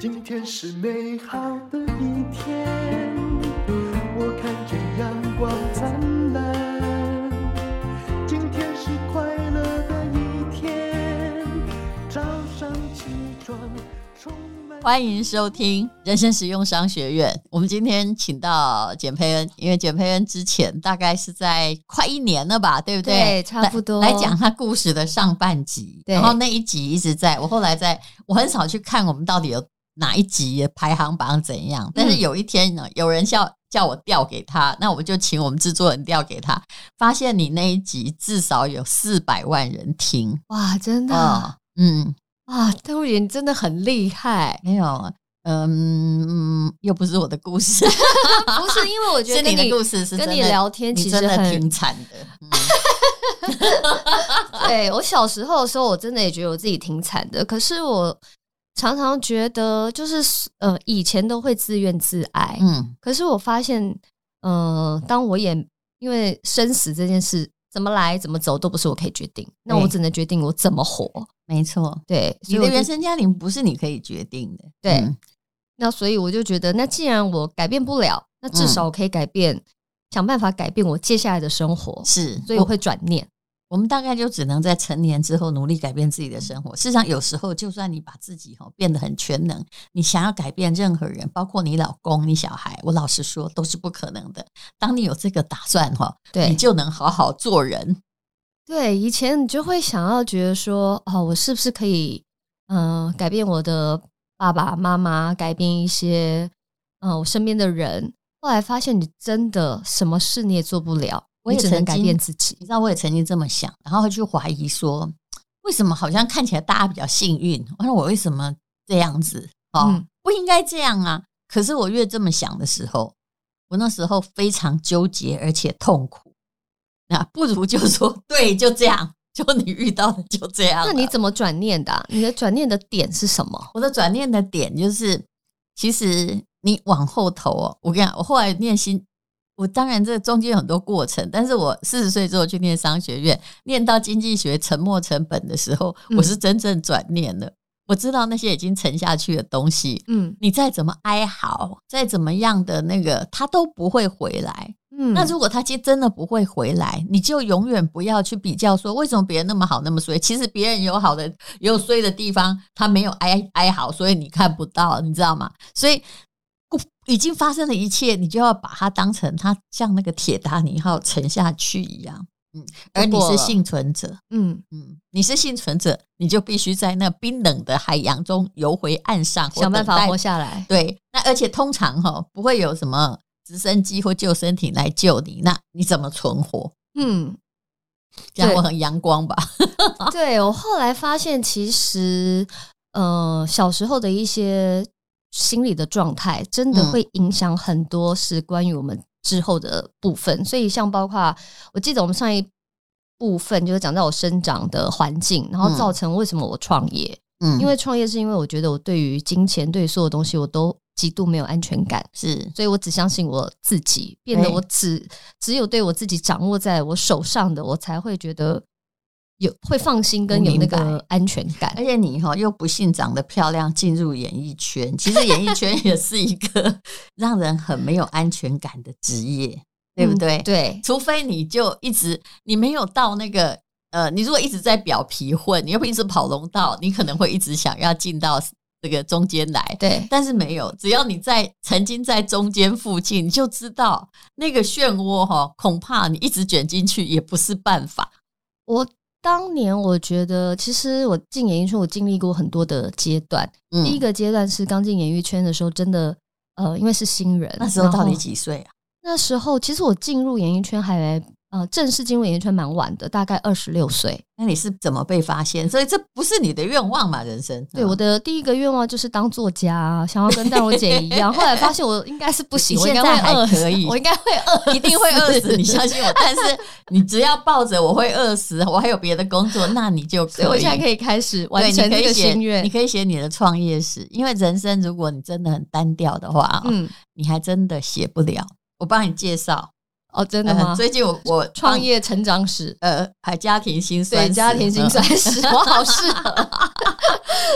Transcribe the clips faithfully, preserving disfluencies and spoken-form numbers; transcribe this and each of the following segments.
今天是美好的一天，我看见阳光灿烂。今天是快乐的一天，早上起床充满。 欢迎收听人生实用商学院。我们今天请到简佩恩，因为简佩恩之前大概是在快一年了吧，对不对？ 对，差不多。 来, 来讲他故事的上半集，然后那一集一直在我后来在我很少去看我们到底有哪一集的排行榜怎样，但是有一天呢，有人叫叫我调给他，那我就请我们制作人调给他，发现你那一集至少有四百万人听。 哇，真的、啊哦、嗯哇，戴茹姐你真的很厉害。 没有嗯，又不是我的故事不是，因为我觉得跟 你, 是你的故事是跟你聊天其实真的挺惨的、 嗯、对，我小时候的时候我真的也觉得我自己挺惨的，可是我常常觉得就是呃，以前都会自怨自艾，嗯，可是我发现呃，当我也因为生死这件事怎么来怎么走都不是我可以决定，那我只能决定我怎么活。 没错， 对， 你的原生家庭不是你可以决定的。 对、 嗯， 那所以我就觉得那既然我改变不了，那至少我可以改变、嗯、想办法改变我接下来的生活。 是， 所以我会转念。 我们大概就只能在成年之后努力改变自己的生活。事实上有时候就算你把自己变得很全能，你想要改变任何人，包括你老公你小孩，我老实说都是不可能的。当你有这个打算，你就能好好做人。 对，以前你就会想要觉得说哦，我是不是可以呃改变我的爸爸妈妈，改变一些呃我身边的人，后来发现你真的什么事你也做不了， 我也你只能改变自己。 你知道我也曾经这么想，然后会去怀疑说为什么好像看起来大家比较幸运，我为什么这样子、哦嗯、不应该这样啊。可是我越这么想的时候，我那时候非常纠结而且痛苦，那不如就说对，就这样，就你遇到的就这样。 那你怎么转念的、啊、你的转念的点是什么？ 我的转念的点就是其实你往后头哦，我跟你讲，我后来念心，我当然这中间有很多过程，但是我四十岁之后去念商学院，念到经济学沉没成本的时候、嗯、我是真正转念了。我知道那些已经沉下去的东西，嗯，你再怎么哀嚎，再怎么样的那个，它都不会回来。嗯，那如果它真的不会回来，你就永远不要去比较说为什么别人那么好那么衰。其实别人有好的也有衰的地方，他没有哀哀嚎，所以你看不到，你知道吗？所以已经发生的一切，你就要把它当成它像那个铁达尼号沉下去一样。嗯，而你是幸存者，嗯嗯，你是幸存者，你就必须在那冰冷的海洋中游回岸上， 想办法活下来。 对，那而且通常、哦、不会有什么直升机或救生艇来救你，那你怎么存活？嗯，这样我很阳光吧？ 对，我后来发现，其实呃，小时候的一些心理的状态，真的会影响很多，是关于我们之后的部分。所以像包括我记得我们上一部分就是讲到我生长的环境，然后造成为什么我创业。嗯，因为创业是因为我觉得我对于金钱，对于所有东西我都极度没有安全感，是，所以我只相信我自己，变得我只只有对我自己掌握在我手上的，我才会觉得有会放心跟有那个安全感。 而且你、哦、又不幸长得漂亮进入演艺圈，其实演艺圈也是一个让人很没有安全感的职业，对不对、 嗯、对， 除非你就一直你没有到那个呃，你如果一直在表皮混，你又不一直跑龙道，你可能会一直想要进到这个中间来。 对， 但是没有，只要你在曾经在中间附近，你就知道那个漩涡、哦、恐怕你一直卷进去也不是办法。 我当年我觉得其实我进演艺圈我经历过很多的阶段、嗯、第一个阶段是刚进演艺圈的时候，真的呃，因为是新人。 那时候到底几岁啊？ 那时候其实我进入演艺圈还呃，正式进入演艺圈蛮晚的，大概二十六岁。 那你是怎么被发现？所以这不是你的愿望嘛？人生对、嗯、我的第一个愿望就是当作家，想要跟戴茹姐一样。后来发现我应该是不行，我应该会饿死，我应该会饿， 一定会饿死，你相信我。但是你只要抱着我会饿死，我还有别的工作，那你就可以。 所以我现在可以开始完成这个心愿。 你可以写你的创业史，因为人生如果你真的很单调的话，嗯，你还真的写不了。我帮你介绍。 哦，真的吗？ 呃、最近我我创业成长史， 呃，还家庭辛酸史， 对，家庭辛酸史，我好适合。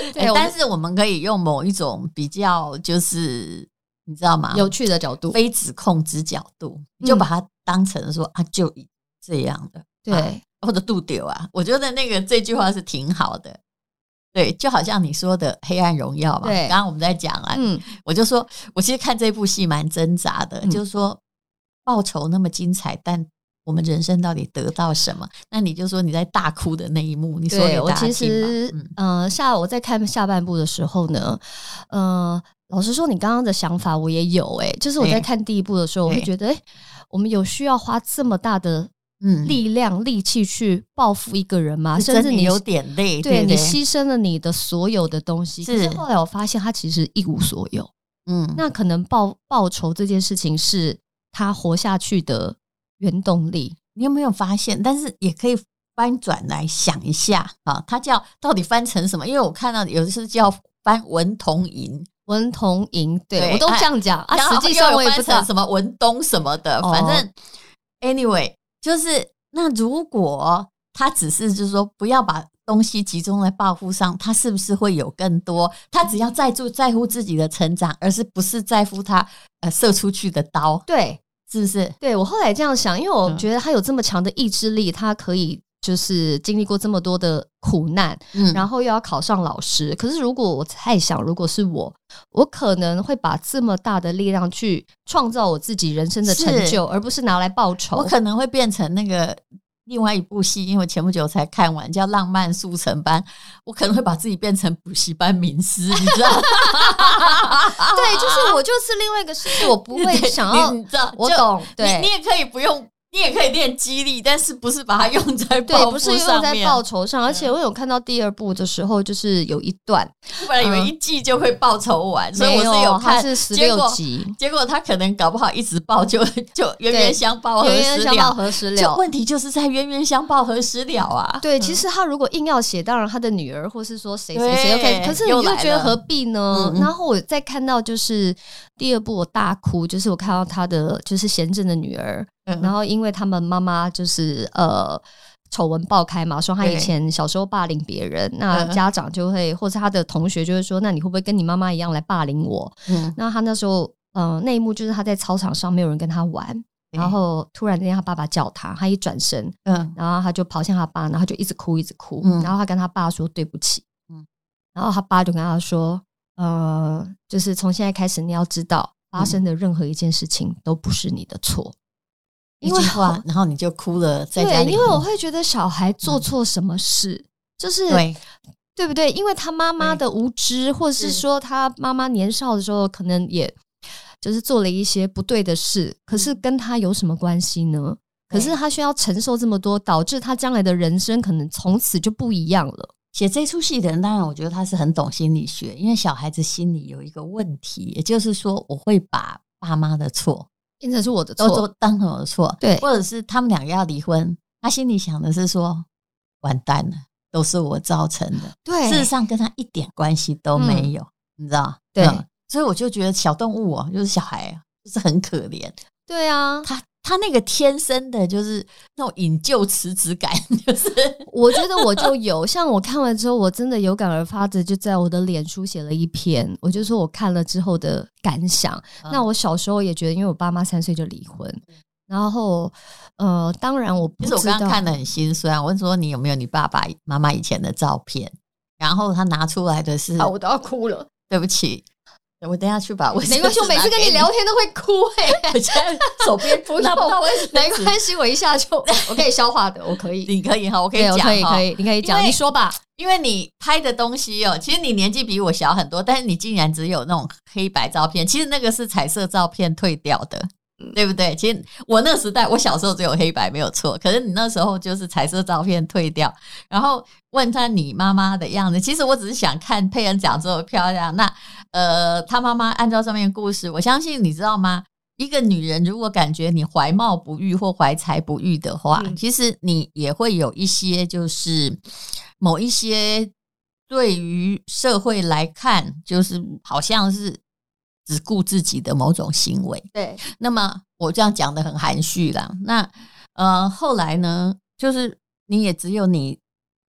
对，但是我们可以用某一种比较就是你知道吗？ 有趣的角度， 非指控之角度，你就把它当成说、嗯、啊，就这样的， 对、啊， 或者度丢啊。我觉得那个这句话是挺好的，对，就好像你说的《黑暗荣耀》嘛，刚刚我们在讲啊，嗯，我就说我其实看这部戏蛮挣扎的，嗯、就是说报仇那么精彩，但我们人生到底得到什么？那你就说你在大哭的那一幕，你说给大家听吧。 我其实，嗯、呃，下我在看下半部的时候呢，呃，老实说，你刚刚的想法我也有、欸，哎，就是我在看第一部的时候，我会觉得，哎、欸，我们有需要花这么大的力量、嗯、力气去报复一个人吗？甚至你有点累， 对， 对， 对，你牺牲了你的所有的东西。可是后来我发现，他其实一无所有。嗯，那可能报报仇这件事情是他活下去的原动力。 你有没有发现？但是也可以翻转来想一下啊，它叫到底翻成什么？因为我看到有的是叫翻文同银， 文同银，对，对我都这样讲啊。实际上我也不知道什么文东什么的，哦、反正 anyway 就是那如果他只是就是说不要把东西集中在报复上，他是不是会有更多？他只要在乎在乎自己的成长，而是不是在乎他呃射出去的刀？ 对。 是不是？ 对，我后来这样想，因为我觉得他有这么强的意志力，他可以就是经历过这么多的苦难，嗯，然后又要考上老师。可是如果我在想，如果是我，我可能会把这么大的力量去创造我自己人生的成就，而不是拿来报仇。 我可能会变成那个另外一部戏，因为前不久才看完，叫《浪漫速成班》，我可能会把自己变成补习班名师，你知道吗？ 对，就是我就是另外一个世界，我不会想要， 你知道， 我懂，对， 你, 你也可以不用。你也可以练激励，但是不是把它用在报复上面，对， 不是用在报仇上。而且我有看到第二部的时候，就是有一段， 我本来以为一季就会报仇完，嗯、所以我是有看， 是十六集， 结果他可能搞不好一直报就就冤冤相报何时了？冤冤相报何时了？ 就问题就是在冤冤相报何时了啊？ 对，嗯、其实他如果硬要写，当然他的女儿或是说谁谁谁 OK， 可是你就觉得何必呢？然后我再看到就是第二部，我大哭，就是我看到他的就是贤正的女儿。嗯、然后因为他们妈妈就是呃丑闻爆开嘛，说他以前小时候霸凌别人，那家长就会或者他的同学就会说，那你会不会跟你妈妈一样来霸凌我？嗯，那他那时候呃那一幕就是他在操场上没有人跟他玩，然后突然间他爸爸叫他，他一转身，嗯，然后他就跑向他爸，然后他就一直哭一直哭，嗯、然后他跟他爸说对不起，嗯，然后他爸就跟他说，呃，就是从现在开始你要知道，发生的任何一件事情都不是你的错。 一句话，然后你就哭了，在家里。 对，因为我会觉得小孩做错什么事，嗯、就是对，对不对？因为他妈妈的无知，或者是说他妈妈年少的时候可能也就是做了一些不对的事，可是跟他有什么关系呢？可是他需要承受这么多，导致他将来的人生可能从此就不一样了。 写这出戏的人，当然我觉得他是很懂心理学，因为小孩子心里有一个问题，也就是说，我会把爸妈的错。 变成是我的错， 都当成我的错，对，或者是他们两个要离婚，他心里想的是说，完蛋了，都是我造成的，对，事实上跟他一点关系都没有，嗯、你知道？对、嗯，所以我就觉得小动物哦，就是小孩啊，就是很可怜， 对啊， 他他那个天生的就是那种引咎辞职感，就是我觉得我就有，像我看完之后，我真的有感而发的，就在我的脸书写了一篇，我就说我看了之后的感想。嗯、那我小时候也觉得，因为我爸妈三岁就离婚，然后呃，当然我不知道， 其实我刚刚看得很心酸。我说你有没有你爸爸妈妈以前的照片？然后他拿出来的是， 啊，我都要哭了， 对不起。我等一下去把卫生纸， 没关系，我每次跟你聊天都会哭哎、欸， 我现在手边不拿不到卫生纸， 没关系，我一下就我可以消化的，我可以， 你可以哈，我可以讲， 可以可以，你可以讲，你说吧， 因为你拍的东西哦，其实你年纪比我小很多，但是你竟然只有那种黑白照片，其实那个是彩色照片退掉的。对不对？其实我那个时代，我小时候只有黑白没有错，可是你那时候就是彩色照片退掉，然后问他你妈妈的样子。其实我只是想看佩恩讲这么漂亮，那呃，他妈妈按照上面的故事，我相信你知道吗？一个女人如果感觉你怀貌不遇或怀才不遇的话，嗯、其实你也会有一些就是某一些对于社会来看，就是好像是。只顾自己的某种行为， 对。 那么我这样讲的很含蓄啦。那呃，后来呢，就是你也只有你，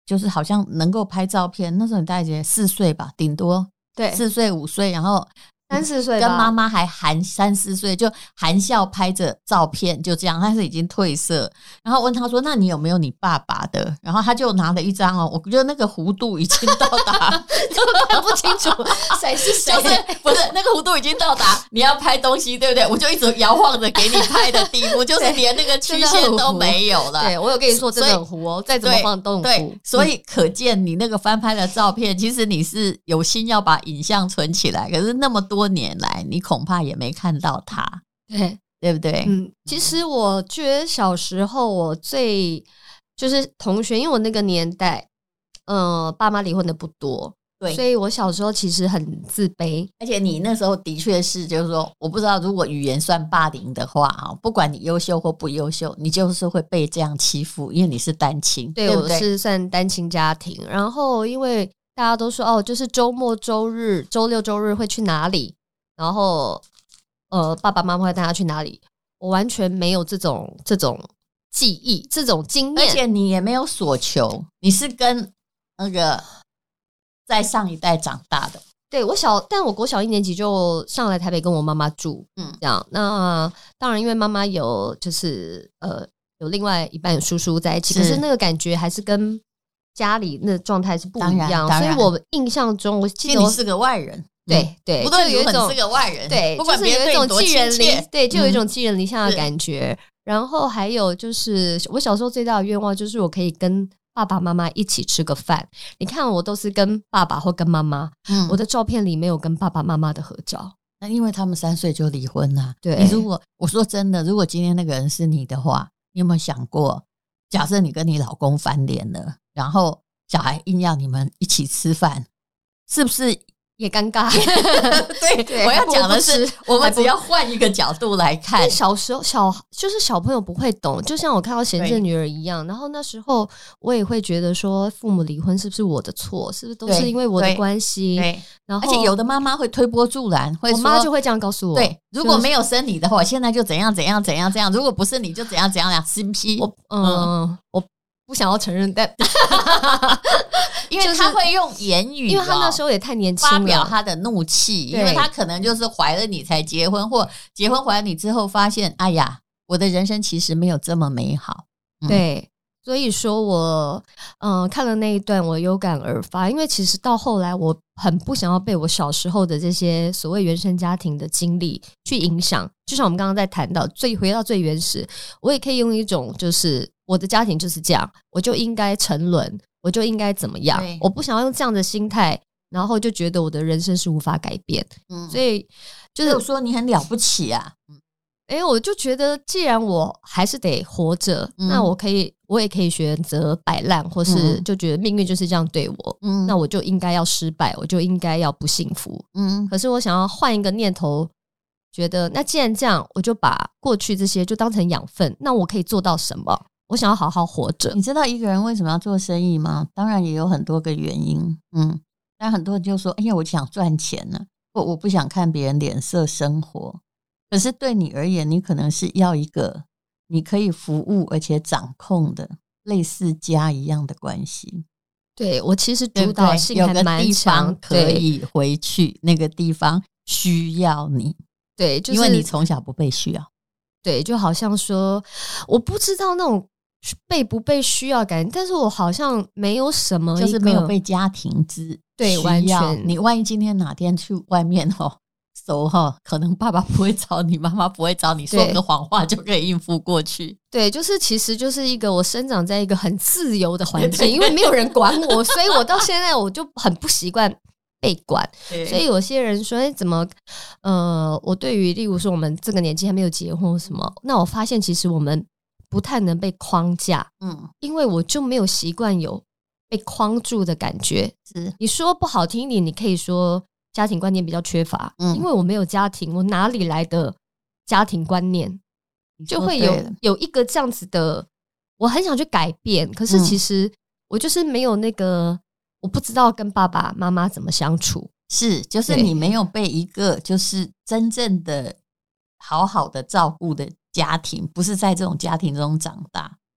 就是好像能够拍照片，那时候你大概姐四岁吧，顶多对四岁五岁，然后三四岁吧， 跟妈妈还含三四岁，就含笑拍着照片，就这样，但是已经褪色。然后问他说：“那你有没有你爸爸的？”然后他就拿了一张哦，我觉得那个弧度已经到达， 就看不清楚谁是谁， 就是不是那个弧度已经到达，你要拍东西，对不对？我就一直摇晃着给你拍的地步，就是连那个曲线都没有了。 对，我有跟你说，真的很糊哦，再怎么放都很糊。 对，所以可见你那个翻拍的照片，其实你是有心要把影像存起来，可是那么多年来，你恐怕也没看到他， 对对不对？ 嗯，其实我觉得小时候我最就是同学，因为我那个年代，呃，爸妈离婚的不多， 对， 所以我小时候其实很自卑， 而且你那时候的确是，就是说，我不知道如果语言算霸凌的话啊，不管你优秀或不优秀，你就是会被这样欺负，因为你是单亲， 对， 对不对？ 我是算单亲家庭，然后因为大家都说哦，就是周末、周日、周六、周日会去哪里，然后呃，爸爸妈妈会带他去哪里，我完全没有这种这种记忆、这种经验， 而且你也没有所求，你是跟那个在上一代长大的。 对我小，但我国小一年级就上来台北跟我妈妈住， 嗯， 这样。那当然，因为妈妈有就是呃有另外一半有叔叔在一起， 是可是那个感觉还是跟家里那状态是不一样， 当然当然所以我印象中，我记得我其实你是个外人， 对嗯对， 不论就有一种如何你是个外人， 对， 不管就是有一别人对你多种寄人亲切篱，对，就有一种嗯寄人篱下的是感觉。然后还有就是，我小时候最大的愿望就是我可以跟爸爸妈妈一起吃个饭。你看，我都是跟爸爸或跟妈妈， 嗯我的照片里没有跟爸爸妈妈的合照。 那因为他们三岁就离婚了、 对你如果我说真的，如果今天那个人是你的话，你有没有想过，假设你跟你老公翻脸了，然后小孩硬要你们一起吃饭，是不是？ 也尴尬， 对， 对我要讲的是，我们只要。 要换一个角度来看， 小时候小就是小朋友不会懂，就像我看到贤正女儿一样。然后那时候我也会觉得说，父母离婚是不是我的错？是不是都是因为我的关系？ 对， 然后而且有的妈妈会推波助澜，会我说妈就会这样告诉我： 对，如果没有生你的话，我现在就怎样怎样怎样怎样；如果不是你就怎样怎样样。是不是？ 我嗯，我不想要承认，但因为他会用言语、哦， 因为他那时候也太年轻了， 发表他的怒气，因为他可能就是怀了你才结婚，或结婚怀了你之后发现，哎呀，我的人生其实没有这么美好。 嗯、对，所以说我嗯、呃、看了那一段，我有感而发，因为其实到后来我很不想要被我小时候的这些所谓原生家庭的经历去影响。就像我们刚刚在谈到最回到最原始，我也可以用一种就是我的家庭就是这样，我就应该沉沦，我就应该怎么样，我不想要用这样的心态，然后就觉得我的人生是无法改变。嗯，所以就是说你很了不起啊。 哎、欸，我就觉得既然我还是得活着、嗯，那我可以我也可以选择摆烂，或是就觉得命运就是这样对我，嗯，那我就应该要失败，我就应该要不幸福。嗯，可是我想要换一个念头，觉得那既然这样，我就把过去这些就当成养分，那我可以做到什么？我想要好好活着。 你知道一个人为什么要做生意吗？当然也有很多个原因，嗯，但很多人就说：“哎呀，我想赚钱呢、啊，我我不想看别人脸色生活。”可是对你而言，你可能是要一个你可以服务而且掌控的类似家一样的关系。 对，我其实主导性还蛮强， 可以回去那个地方需要你。 对，就是因为你从小不被需要。 对，就好像说，我不知道那种被不被需要感，但是我好像没有什么， 就是没有被家庭之对完全。 你万一今天哪天去外面哦。走哈，可能爸爸不会找你，妈妈不会找你，说个谎话就可以应付过去。 对，就是其实就是一个我生长在一个很自由的环境，因为没有人管我，所以我到现在我就很不习惯被管。所以有些人说，哎，怎么呃，我对于例如说我们这个年纪还没有结婚什么，那我发现其实我们不太能被框架，嗯，因为我就没有习惯有被框住的感觉。 是你说不好听一点，你可以说。家庭观念比较缺乏、嗯、因为我没有家庭，我哪里来的家庭观念？就会有有一个这样子的，我很想去改变，可是其实我就是没有那个，我不知道跟爸爸妈妈怎么相处。 是，就是你没有被一个就是真正的好好的照顾的家庭，不是在这种家庭中长大。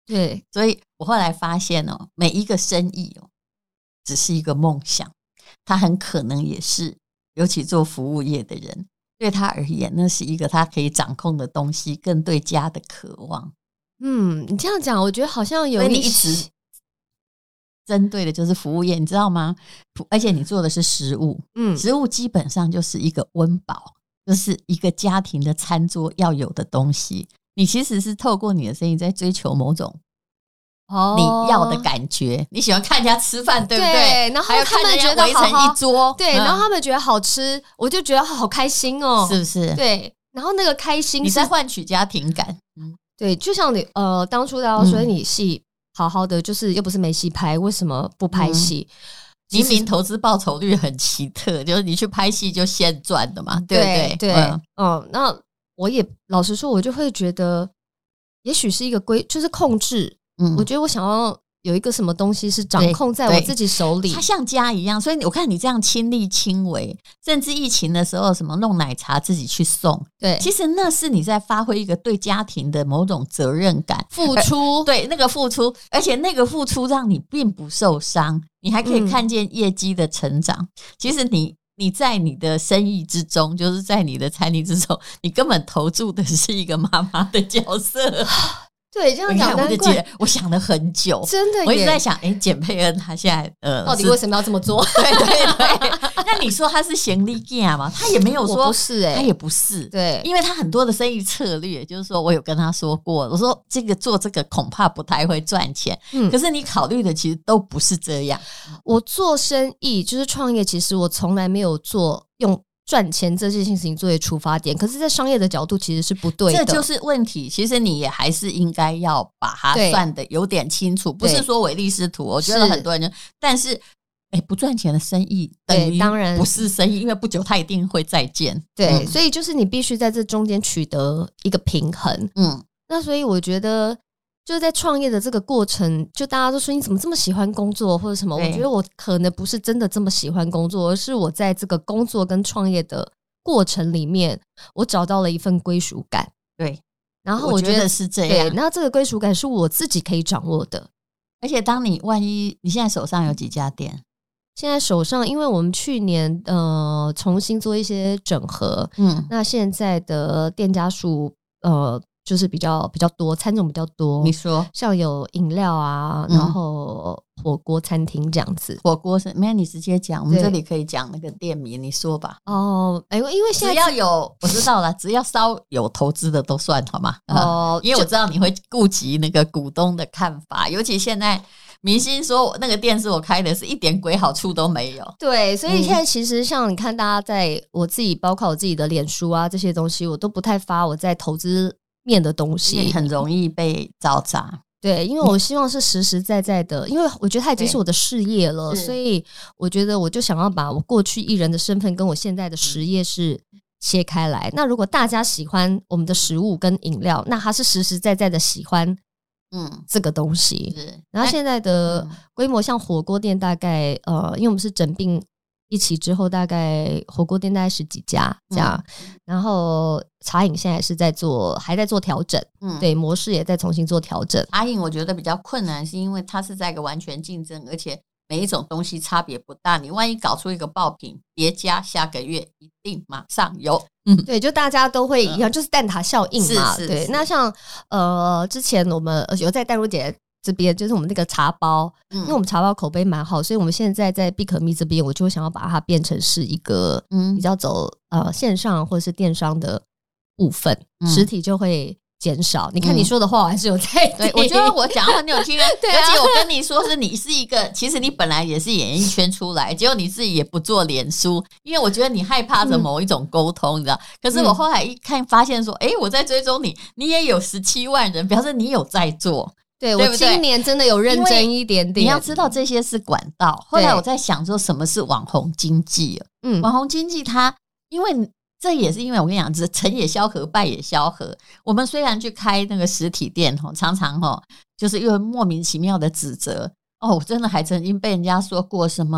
对， 所以我后来发现哦，每一个生意哦，只是一个梦想，它很可能也是，尤其做服务业的人，对他而言，那是一个他可以掌控的东西，更对家的渴望。 嗯，你这样讲，我觉得好像有所以你一直针对的就是服务业，你知道吗？而且你做的是食物， 嗯， 食物基本上就是一个温饱，就是一个家庭的餐桌要有的东西。你其实是透过你的生意在追求某种哦你要的感觉，你喜欢看人家吃饭，对不对？ 对，然后还有看他们觉人家围成得好好一桌， 对， 嗯然后他们觉得好吃，我就觉得好开心哦， 是不是？ 对，然后那个开心是你在换取家庭感，嗯， 对，就像你呃，当初大家说你戏好好的，就是又不是没戏拍，为什么不拍戏？ 嗯明明投资报酬率很奇特，就是你去拍戏就现赚的嘛，对不对？ 对， 嗯， 嗯，那我也老实说，我就会觉得，也许是一个规，就是控制。 嗯我觉得我想要有一个什么东西是掌控在我自己手里， 它像家一样，所以我看你这样亲力亲为，甚至疫情的时候什么弄奶茶自己去送， 对， 其实那是你在发挥一个对家庭的某种责任感， 付出， 对那个付出，而且那个付出让你并不受伤，你还可以看见业绩的成长。嗯、其实你你在你的生意之中，就是在你的餐厅之中，你根本投注的是一个妈妈的角色。 对，这样讲我就记得，我想了很久， 真的耶， 我一直在想，哎、欸，简佩恩他现在呃， 到底为什么要这么做？ 对对对，那你说他是行李架吗？他也没有说不是、欸， 他也不是， 对， 因为他很多的生意策略，就是说我有跟他说过，我说这个做这个恐怕不太会赚钱，嗯，可是你考虑的其实都不是这样。 我做生意就是创业，其实我从来没有做用赚钱这件事情作为出发点，可是在商业的角度其实是不对的， 这就是问题。其实你也还是应该要把它算得有点清楚，不是说唯利是图。我觉得很多人就，但是哎，不赚钱的生意等于当然不是生意，因为不久它一定会再见。 对、 嗯， 所以就是你必须在这中间取得一个平衡。 嗯， 那所以我觉得。就是在创业的这个过程，就大家都说你怎么这么喜欢工作或者什么，我觉得我可能不是真的这么喜欢工作，而是我在这个工作跟创业的过程里面，我找到了一份归属感。 对， 然后我觉得是这样。 对，那这个归属感是我自己可以掌握的。 而且当你万一你现在手上有几家店？ 现在手上，因为我们去年呃重新做一些整合，嗯，那现在的店家数呃。就是比较比较多，餐种比较多。 你说， 像有饮料啊， 嗯、 然后火锅餐厅这样子。 火锅是没有，你直接讲，我们这里可以讲那个店名，你说吧。 哦，哎，因为现在只要有我知道了，只要稍有投资的都算好吗？哦、呃，因为我知道你会顾及那个股东的看法，尤其现在。明星说那个店是我开的，是一点鬼好处都没有。 对，所以现在其实像你看，大家在我自己，包括我自己的脸书啊这些东西，我都不太发我在投资面的东西， 很容易被招砸。 对，因为我希望是实实在在的，因为我觉得它已经是我的事业了，所以我觉得我就想要把我过去艺人的身份跟我现在的实业是切开来。那如果大家喜欢我们的食物跟饮料，那他是实实在在的喜欢。嗯，这个东西，然后现在的规模像火锅店，大概呃，因为我们是整并一起之后，大概火锅店大概十几家这样，嗯、然后茶饮现在是在做，还在做调整，嗯，对，模式也在重新做调整。 茶饮我觉得比较困难，是因为它是在一个完全竞争，而且每一种东西差别不大，你万一搞出一个爆品，叠加下个月一定马上有。 嗯，对，就大家都会一样，嗯、就是蛋挞效应嘛。 是是是对，那像呃，之前我们有在淡如姐这边，就是我们那个茶包，嗯、因为我们茶包口碑蛮好，所以我们现在在必可蜜这边，我就会想要把它变成是一个嗯比较走呃线上或者是电商的部分，嗯、实体就会减少。你看你说的话，我还是有在听。 对，我觉得我讲话你有听，对、啊，而且我跟你说是你是一个，其实你本来也是演艺圈出来，结果你自己也不做脸书，因为我觉得你害怕着某一种沟通，嗯、你知道？可是我后来一看，发现说，哎、欸，我在追踪你，你也有十七万人，表示你有在做。 对，对我今年真的有认真一点点。 你要知道这些是管道。后来我在想说，什么是网红经济？嗯，网红经济它因为。这也是因为我跟你讲，这成也萧何，败也萧何。我们虽然去开那个实体店，常常就是因为莫名其妙的指责哦，我真的还曾经被人家说过什么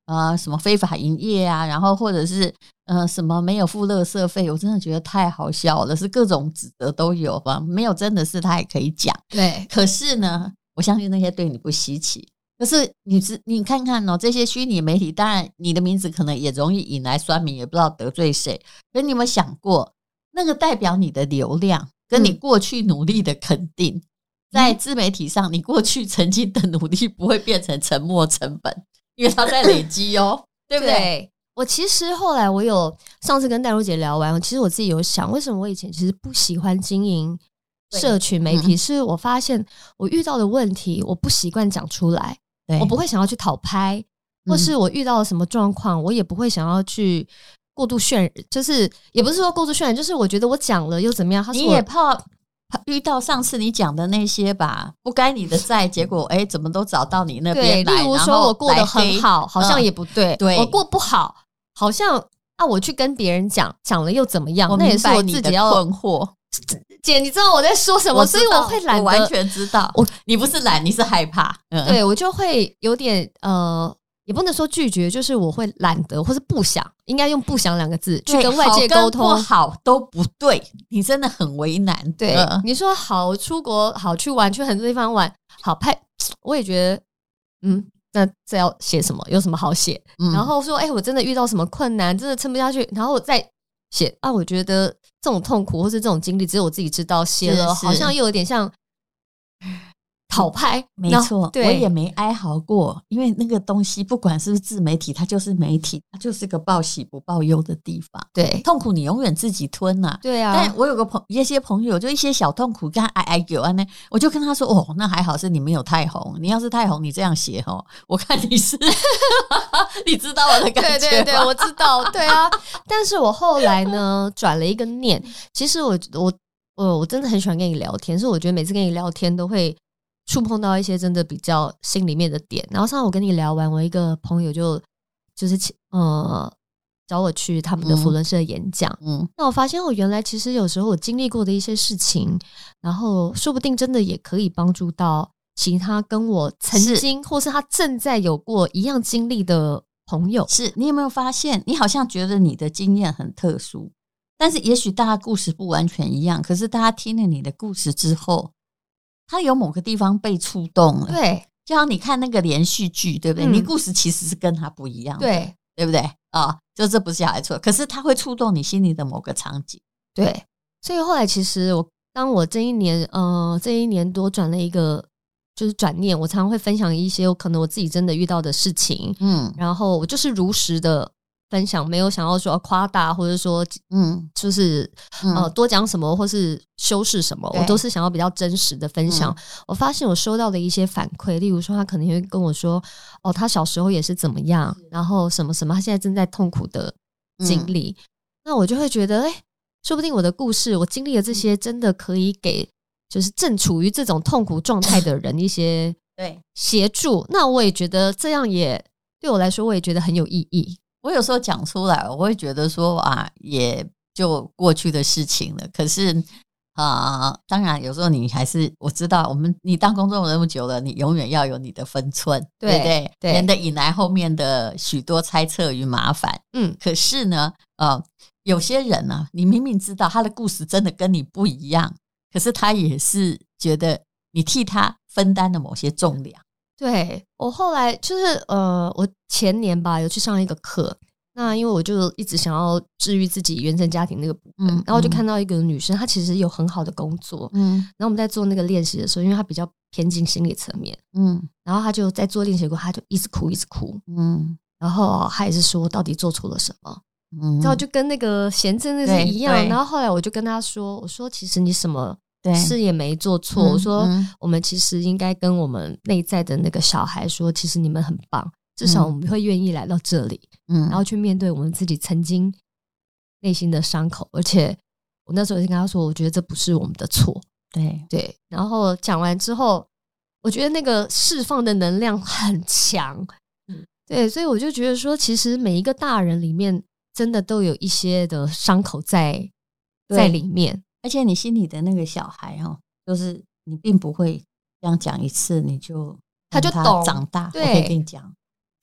呃什么非法营业啊，然后或者是呃什么没有付垃圾费，我真的觉得太好笑了，是各种指责都有吧，没有真的是他也可以讲。 对， 可是呢，我相信那些对你不稀奇。可是你你看看哦，这些虚拟媒体，当然你的名字可能也容易引来酸民，也不知道得罪谁。可是你有没有想过，那个代表你的流量，跟你过去努力的肯定，嗯、在自媒体上，你过去曾经的努力不会变成沉没成本，因为它在累积哦，对不对？ 对，我其实后来我有上次跟淡如姐聊完，其实我自己有想，为什么我以前其实不喜欢经营社群媒体，是我发现我遇到的问题，我不习惯讲出来。我不会想要去讨拍，或是我遇到了什么状况，我也不会想要去过度渲染，就是也不是说过度渲染，就是我觉得我讲了又怎么样？ 你也怕遇到上次你讲的那些吧，不该你的债，结果哎，怎么都找到你那边来？ 例如说我过得很好，好像也不对； 嗯、对我过不好，好像啊，我去跟别人讲，讲了又怎么样？那也是我自己要困惑。 姐，你知道我在说什么，所以我会懒得， 我完全知道。我你不是懒，你是害怕。 嗯、对我就会有点呃，也不能说拒绝，就是我会懒得，或是不想，应该用不想两个字去跟外界沟通。 好跟不好都不对，你真的很为难。 对，嗯、你说好出国，好去玩，去很多地方玩，好拍，我也觉得，嗯，那这要写什么？有什么好写？嗯、然后说，哎、欸，我真的遇到什么困难，真的撑不下去，然后我再写啊，我觉得这种痛苦或是这种经历只有我自己知道，写了好像又有点像讨拍。 没错，我也没哀嚎过，因为那个东西不管是不是自媒体，它就是媒体，它就是个报喜不报忧的地方。 对， 痛苦你永远自己吞啊。 对啊， 但我有个朋一些朋友，就一些小痛苦跟他哀哀叫啊，那我就跟他说，哦，那还好是你没有太红，你要是太红，你这样写哦，我看你是你知道我的感觉吗？ 对对对，我知道，对啊。但是我后来呢，转了一个念，其实我我我我真的很喜欢跟你聊天，所以我觉得每次跟你聊天都会触碰到一些真的比较心里面的点。然后上次我跟你聊完，我一个朋友就就是呃找我去他们的扶轮社演讲，嗯，嗯那我发现我原来其实有时候我经历过的一些事情，然后说不定真的也可以帮助到其他跟我曾经或是他正在有过一样经历的朋友。 是你有没有发现，你好像觉得你的经验很特殊，但是也许大家故事不完全一样，可是大家听了你的故事之后，他有某个地方被触动了。 对， 就像你看那个连续剧，对不对？嗯、你故事其实是跟他不一样的， 对， 对不对啊、哦？就这不是小孩错，可是他会触动你心里的某个场景。 对，所以后来其实我当我这一年呃这一年多转了一个就是转念，我常常会分享一些可能我自己真的遇到的事情，嗯，然后我就是如实的分享，没有想要说夸大，或者说嗯，就是呃多讲什么或是修饰什么，我都是想要比较真实的分享。嗯、我发现我收到的一些反馈，例如说他可能会跟我说，哦，他小时候也是怎么样，然后什么什么，他现在正在痛苦的经历，嗯、那我就会觉得，哎、欸，说不定我的故事，我经历了这些，真的可以给就是正处于这种痛苦状态的人一些对协助。那我也觉得这样也对我来说，我也觉得很有意义。 我有时候讲出来，我会觉得说啊，也就过去的事情了。可是啊、呃，当然有时候你还是我知道，我们你当公众人物久了，你永远要有你的分寸，对, 对不对？对，免得引来后面的许多猜测与麻烦。嗯，可是呢，呃，有些人呢、啊，你明明知道他的故事真的跟你不一样，可是他也是觉得你替他分担了某些重量。 对，我后来就是呃，我前年吧有去上一个课，那因为我就一直想要治愈自己原生家庭那个部分，嗯、然后我就看到一个女生，她其实有很好的工作，嗯，然后我们在做那个练习的时候，因为她比较偏近心理层面，嗯，然后她就在做练习过，她就一直哭一直哭，嗯，然后她也是说到底做错了什么，嗯，然后就跟那个贤真的是一样，然后后来我就跟她说，我说其实你什么事也没做错，嗯、我说、嗯、我们其实应该跟我们内在的那个小孩说，其实你们很棒，至少我们会愿意来到这里，嗯，然后去面对我们自己曾经内心的伤口，而且我那时候就跟他说，我觉得这不是我们的错， 对对，然后讲完之后，我觉得那个释放的能量很强，嗯，对，所以我就觉得说，其实每一个大人里面真的都有一些的伤口在在里面。 而且你心里的那个小孩哦，就是你并不会这样讲一次你就他就懂长大。 对， 我可以跟你讲，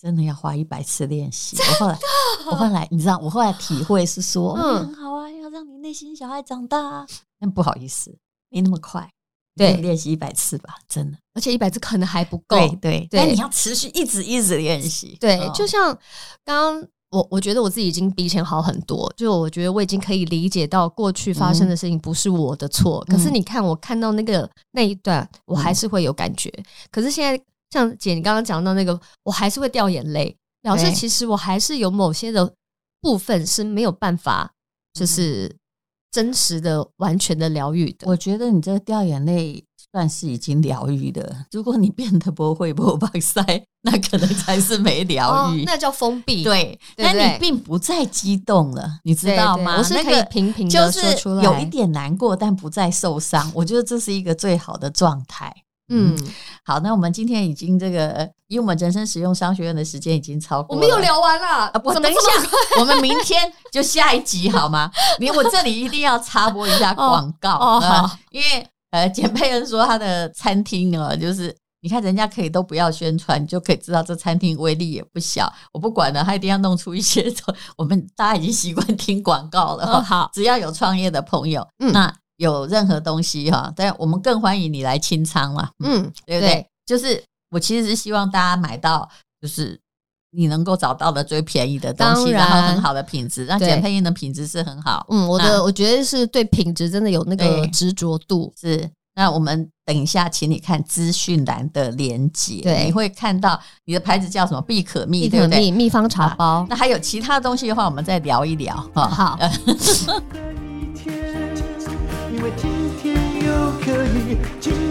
真的要花一百次练习。我后来，我后来，你知道，我后来体会是说，嗯，很好啊，要让你内心小孩长大啊。但不好意思，没那么快，对，练习一百次吧，真的， 而且一百次可能还不够， 对对，但你要持续一直一直练习。 对，哦、就像刚刚我，我觉得我自己已经比以前好很多，就我觉得我已经可以理解到过去发生的事情不是我的错。嗯、可是你看，我看到那个那一段，我还是会有感觉。嗯、可是现在。像姐你刚刚讲到那个，我还是会掉眼泪，表示其实我还是有某些的部分是没有办法就是真实的完全的疗愈的。 我觉得你这个掉眼泪算是已经疗愈的，如果你变得不会不放塞，那可能才是没疗愈、 哦、那叫封闭。 对， 对对， 但你并不再激动了，你知道吗？ 对对，我是可以平平的说出来， 就是有一点难过但不再受伤，我觉得这是一个最好的状态。嗯，好，那我们今天已经这个，以我们人生实用商学院的时间已经超过了， 我们又聊完了啊！ 不，等一下，我们明天就下一集好吗？你我这里一定要插播一下广告哦，哦呃、因为呃，简佩恩说他的餐厅呢，就是你看人家可以都不要宣传，你就可以知道这餐厅威力也不小。我不管了，他一定要弄出一些，我们大家已经习惯听广告了。 哦、好， 只要有创业的朋友，嗯，那。有任何东西哈，但我们更欢迎你来清仓啦，嗯，对不对？对，就是我其实是希望大家买到，就是你能够找到的最便宜的东西，然后很好的品质，让简配音的品质是很好。 嗯，我的我觉得是对品质真的有那个执着度。 是，那我们等一下，请你看资讯栏的连结，对，你会看到你的牌子叫什么？必可蜜，对不对？ 秘方茶包、啊。 那还有其他东西的话，我们再聊一聊。哦、 好。 因为今天又可以